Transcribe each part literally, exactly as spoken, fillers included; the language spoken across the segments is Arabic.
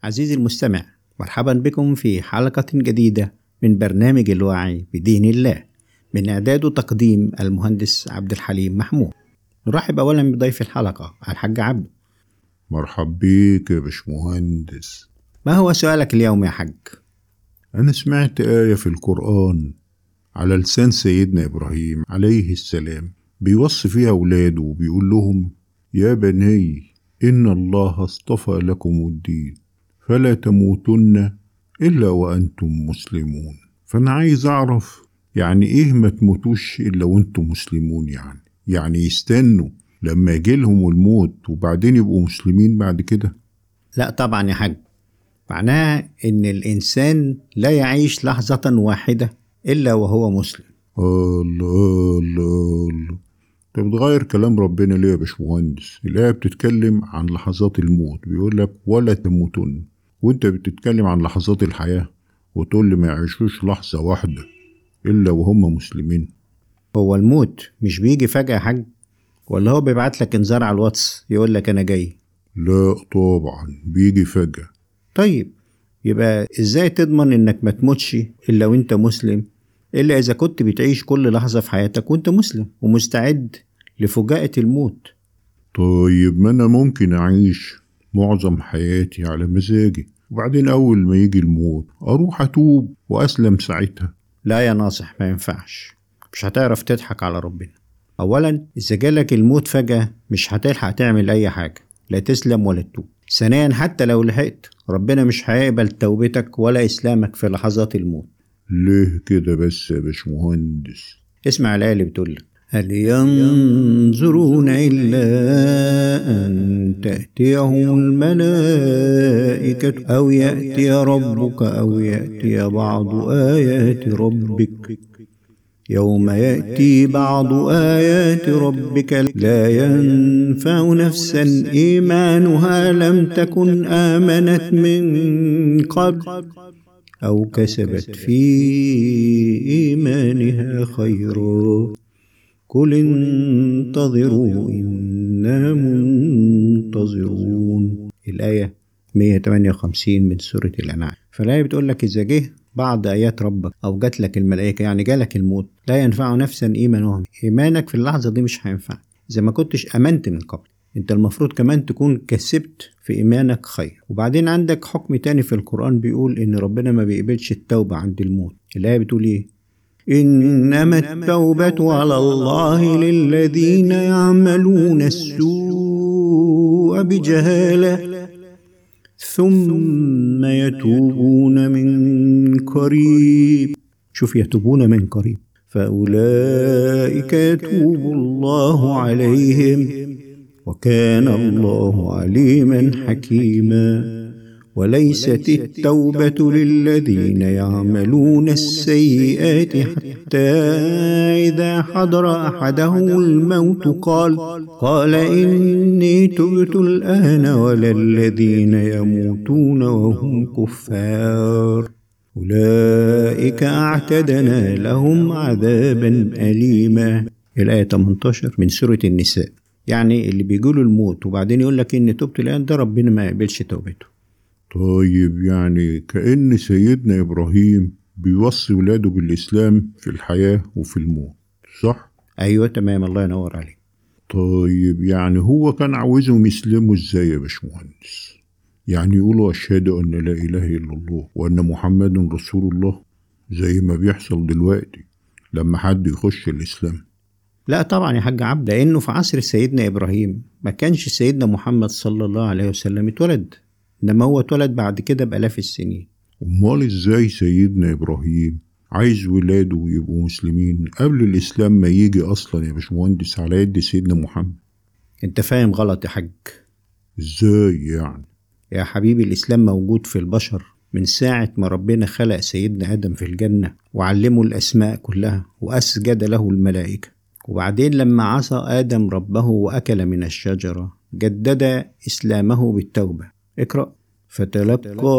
عزيزي المستمع، مرحبا بكم في حلقة جديدة من برنامج الوعي بدين الله، من إعداد وتقديم المهندس عبد الحليم محمود. نرحب أولا بضيف الحلقة الحاج عبد. مرحب بيك يا باشمهندس. ما هو سؤالك اليوم يا حاج؟ أنا سمعت آية في القرآن على لسان سيدنا إبراهيم عليه السلام بيوصي فيها أولاده وبيقول لهم: يا بني إن الله اصطفى لكم الدين فلا تموتن إلا وأنتم مسلمون. فأنا عايز أعرف يعني إيه ما تموتوش إلا وأنتم مسلمون؟ يعني يعني يستنوا لما يجيلهم الموت وبعدين يبقوا مسلمين بعد كده؟ لا طبعا يا حاج، معناها إن الإنسان لا يعيش لحظة واحدة إلا وهو مسلم. الله الله الله، انت بتغير كلام ربنا ليه يا باشمهندس؟ الآية بتتكلم عن لحظات الموت، بيقول لك ولا تموتن، وانت بتتكلم عن لحظات الحياة وتقول لي ما يعيشوش لحظة واحدة إلا وهم مسلمين. هو الموت مش بيجي فجأة يا حاج، ولا هو بيبعت لك انذار على الواتس يقول لك أنا جاي؟ لا طبعا بيجي فجأة. طيب يبقى ازاي تضمن انك ما تموتش الا وانت مسلم، الا اذا كنت بتعيش كل لحظة في حياتك وانت مسلم ومستعد لفجاءة الموت؟ طيب ما أنا ممكن أعيش معظم حياتي على مزاجي وبعدين أول ما يجي الموت أروح أتوب وأسلم ساعتها. لا يا ناصح، ما ينفعش، مش هتعرف تضحك على ربنا. اولا اذا جالك الموت فجأة مش هتلحق تعمل اي حاجة، لا تسلم ولا تتوب. ثانيا حتى لو لحقت ربنا مش هيقبل توبتك ولا اسلامك في لحظات الموت. ليه كده بس يا باشمهندس؟ اسمع الآية اللي بتقول لك: هل ينظرون إلا أن تأتيهم الملائكة أو يأتي ربك أو يأتي بعض آيات ربك يوم يأتي بعض آيات ربك لا ينفع نفسا إيمانها لم تكن آمنت من قبل أو كسبت في إيمانها خيرا قل انتظروا إنا منتظرون. الآية مية وتمانية وخمسين من سورة الأنعام. فالآية بتقول لك إذا جه بعض آيات ربك أو جات لك الملائكة، يعني جالك الموت، لا ينفع نفسا إيمانهم. إيمانك في اللحظة دي مش هينفع إذا ما كنتش أمنت من قبل. انت المفروض كمان تكون كسبت في ايمانك خير. وبعدين عندك حكم تاني في القرآن بيقول ان ربنا ما بيقبلش التوبة عند الموت. الآية بتقول ايه؟ انما التوبة على الله للذين يعملون السوء بجهالة ثم يتوبون من قريب. شوف، يتوبون من قريب، فأولئك يتوب الله عليهم وكان الله عليما حكيما. وليست التوبة للذين يعملون السيئات حتى إذا حضر أحدهم الموت قال قال إني تبت الآن ولا الذين يموتون وهم كفار أولئك أعتدنا لهم عذابا أليما. الآية ثمانية عشر من سورة النساء. يعني اللي بيقولوا الموت وبعدين يقول لك إن تبت الآن، ده ربنا ما يقبلش توبته. طيب يعني كأن سيدنا إبراهيم بيوصي ولاده بالإسلام في الحياة وفي الموت، صح؟ أيوة تمام، الله ينور عليك. طيب يعني هو كان عاوزهم يسلموا إزاي يا باشمهندس؟ يعني يقولوا أشهد أن لا إله إلا الله وأن محمد رسول الله زي ما بيحصل دلوقتي لما حد يخش الإسلام؟ لا طبعا يا حاج عبد، لأنه في عصر سيدنا إبراهيم ما كانش سيدنا محمد صلى الله عليه وسلم اتولد، إنما هو اتولد بعد كده بآلاف السنين. أمال إزاي سيدنا إبراهيم عايز ولاده يبقوا مسلمين قبل الإسلام ما يجي أصلا يا باشمهندس على يد سيدنا محمد؟ أنت فاهم غلط يا حاج. إزاي يعني؟ يا حبيبي، الإسلام موجود في البشر من ساعة ما ربنا خلق سيدنا آدم في الجنة وعلمه الأسماء كلها وأسجد له الملائكة. وبعدين لما عصى آدم ربه وأكل من الشجرة جدد إسلامه بالتوبة. اقرأ: فتلقى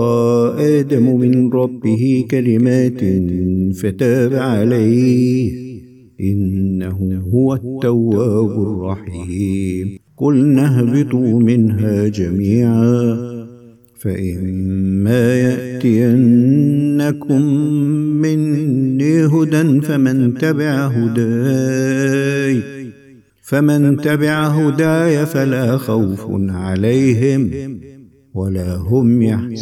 آدم من ربه كلمات فتاب عليه إنه هو التواب الرحيم. قلنا اهبطوا منها جميعا فإما يأتينكم مني هدى فمن تبع هداي فمن تبع هداي فلا خوف عليهم ولا هم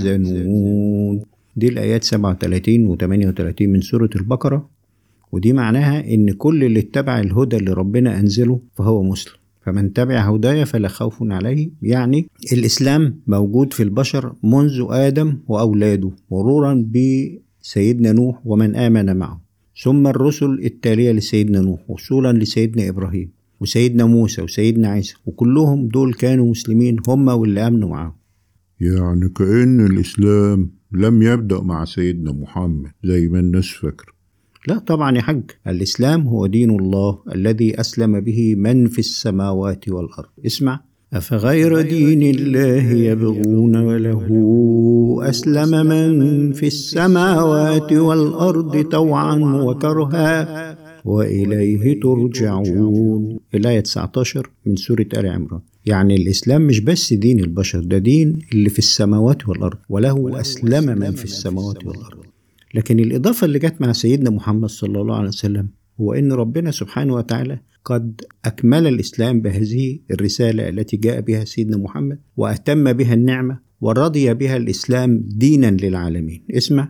يحزنون. دي الآيات سبعة وثلاثين و ثمانية وثلاثين من سورة البقرة، ودي معناها إن كل اللي اتبع الهدى اللي ربنا أنزله فهو مسلم. فمن تبع هدايا فلا خوف عليه، يعني الإسلام موجود في البشر منذ آدم وأولاده مرورا بسيدنا نوح ومن آمن معه، ثم الرسل التالية لسيدنا نوح وصولا لسيدنا إبراهيم وسيدنا موسى وسيدنا عيسى، وكلهم دول كانوا مسلمين هم واللي آمنوا معه. يعني كأن الإسلام لم يبدأ مع سيدنا محمد زي ما الناس فاكرة. لا طبعا يا حاج، الإسلام هو دين الله الذي أسلم به من في السماوات والأرض. اسمع: أفغير دين الله يبغون وله أسلم من في السماوات والأرض طوعا وكرها وإليه ترجعون. الآية تسعة عشر من سورة آل عمران. يعني الإسلام مش بس دين البشر، ده دين اللي في السماوات والأرض، وله أسلم من في السماوات والأرض. لكن الإضافة اللي جت مع سيدنا محمد صلى الله عليه وسلم هو إن ربنا سبحانه وتعالى قد أكمل الإسلام بهذه الرسالة التي جاء بها سيدنا محمد، وأتم بها النعمة، ورضي بها الإسلام دينا للعالمين. اسمع: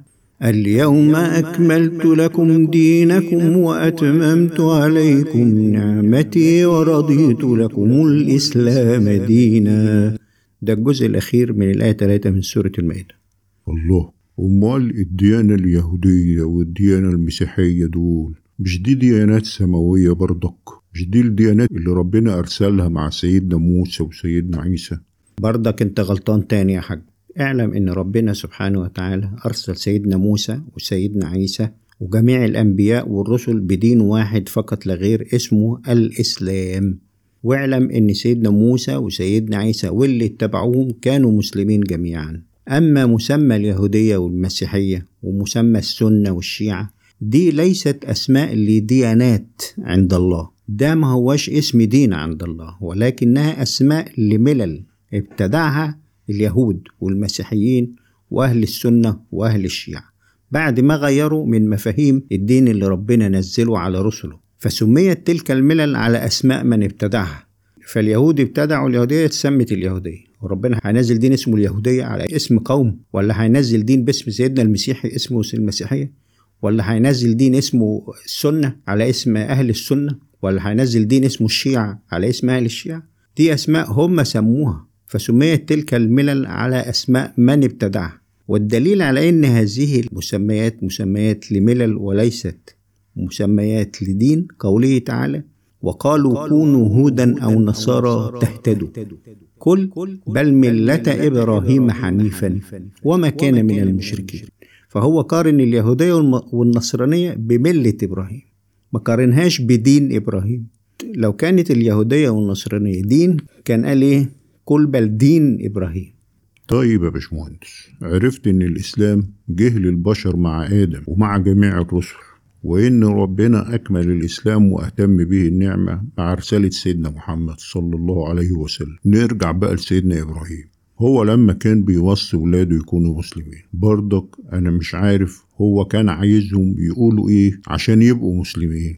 اليوم أكملت لكم دينكم وأتممت عليكم نعمتي ورضيت لكم الإسلام دينا. ده الجزء الأخير من الآية ثلاثة من سورة المائدة. الله، أمال الديانة اليهودية والديانة المسيحية دول مش دي ديانات سماوية برضك؟ مش دي الديانات اللي ربنا أرسلها مع سيدنا موسى وسيدنا عيسى؟ برضك انت غلطان تاني يا حاج. اعلم ان ربنا سبحانه وتعالى أرسل سيدنا موسى وسيدنا عيسى وجميع الأنبياء والرسل بدين واحد فقط لا غير، اسمه الإسلام. واعلم ان سيدنا موسى وسيدنا عيسى واللي اتبعوهم كانوا مسلمين جميعا. أما مسمى اليهودية والمسيحية ومسمى السنة والشيعة دي ليست أسماء لديانات عند الله، ده ما هوش اسم دين عند الله، ولكنها أسماء لملل ابتدعها اليهود والمسيحيين وأهل السنة وأهل الشيعة بعد ما غيروا من مفاهيم الدين اللي ربنا نزله على رسله، فسميت تلك الملل على أسماء من ابتدعها. فاليهود ابتدعوا اليهودية تسمت اليهودية، وربنا هينزل دين اسمه اليهودية على اسم قوم؟ ولا هينزل دين باسم سيدنا المسيحي اسمه المسيحية؟ ولا هينزل دين اسمه السنة على اسم أهل السنة؟ ولا هينزل دين اسمه الشيعة على اسم أهل الشيعة؟ دي أسماء هم سموها، فسميت تلك الملل على أسماء من ابتدعها. والدليل على أن هذه المسميات مسميات لملل وليست مسميات لدين قوله تعالى: وقالوا كونوا هودا أو نصارى تهتدوا قل بل ملة إبراهيم حنيفا وما كان من المشركين. فهو قارن اليهودية والنصرانية بملة إبراهيم، ما قارنهاش بدين إبراهيم. لو كانت اليهودية والنصرانية دين كان قال إيه؟ قل بل دين إبراهيم. طيب يا باشمهندس، عرفت إن الإسلام جه للبشر مع آدم ومع جميع الرسل، وإن ربنا أكمل الإسلام وأتم به النعمة مع رسالة سيدنا محمد صلى الله عليه وسلم. نرجع بقى لسيدنا إبراهيم، هو لما كان بيوصي ولاده يكونوا مسلمين برضك أنا مش عارف هو كان عايزهم يقولوا إيه عشان يبقوا مسلمين.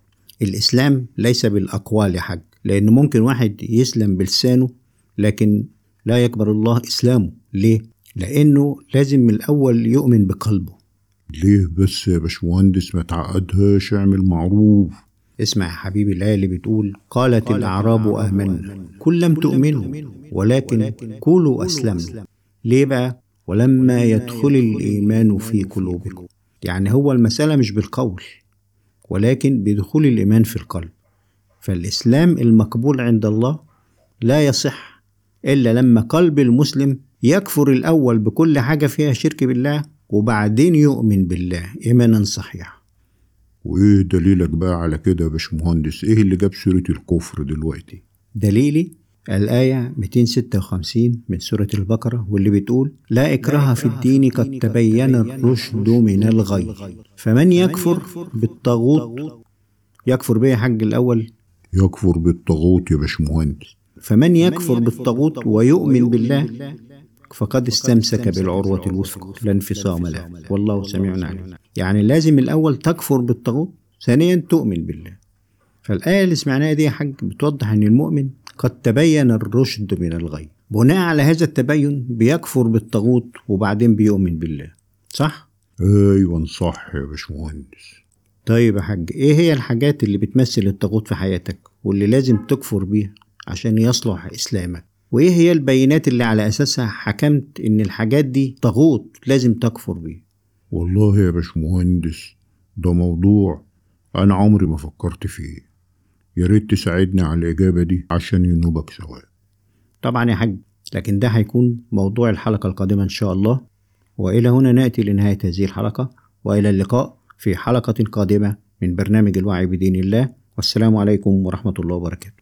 الإسلام ليس بالأقوال يا حاج، لأن ممكن واحد يسلم بلسانه لكن لا يقبل الله إسلامه. ليه؟ لأنه لازم من الأول يؤمن بقلبه. ليه بس يا باشمهندس؟ ما تعقدهاش، اعمل معروف. اسمع يا حبيبي الآية اللي بتقول: قالت الأعراب آمنا قل لم تؤمنوا ولكن قولوا أسلمنا. ليه بقى؟ ولما يدخل الإيمان في قلوبكم. يعني هو المسألة مش بالقول ولكن بدخول الإيمان في القلب. فالإسلام المقبول عند الله لا يصح إلا لما قلب المسلم يكفر الأول بكل حاجة فيها شرك بالله وبعدين يؤمن بالله إيمانا صحيحا. وإيه دليلك بقى على كده يا باشمهندس؟ إيه اللي جاب سورة الكفر دلوقتي؟ دليلي الآية مئتين وستة وخمسين من سورة البقرة، واللي بتقول: لا إكراه في الدين قد تبين الرشد من الغي فمن يكفر بالطاغوت. يكفر بيه حق الأول؟ يكفر بالطاغوت يا باشمهندس. فمن يكفر بالطاغوت ويؤمن بالله فقد استمسك بالعروة الوثقى لا انفصام لها والله سميع عليم. يعني لازم الأول تكفر بالطاغوت، ثانيا تؤمن بالله. فالآية اللي سمعناها دي يا حاج بتوضح أن المؤمن قد تبين الرشد من الغي، بناء على هذا التبين بيكفر بالطاغوت وبعدين بيؤمن بالله، صح؟ أيوة صح يا باشمهندس. طيب يا حاج، إيه هي الحاجات اللي بتمثل الطاغوت في حياتك واللي لازم تكفر بيها عشان يصلح إسلامك؟ وإيه هي البينات اللي على أساسها حكمت إن الحاجات دي طاغوت لازم تكفر بيها؟ والله يا باشمهندس ده موضوع أنا عمري ما فكرت فيه، يا ريت تساعدني على الإجابة دي عشان ينوبك ثواب. طبعا يا حاج، لكن ده هيكون موضوع الحلقة القادمة إن شاء الله. وإلى هنا نأتي لنهاية هذه الحلقة، وإلى اللقاء في حلقة قادمة من برنامج الوعي بدين الله، والسلام عليكم ورحمة الله وبركاته.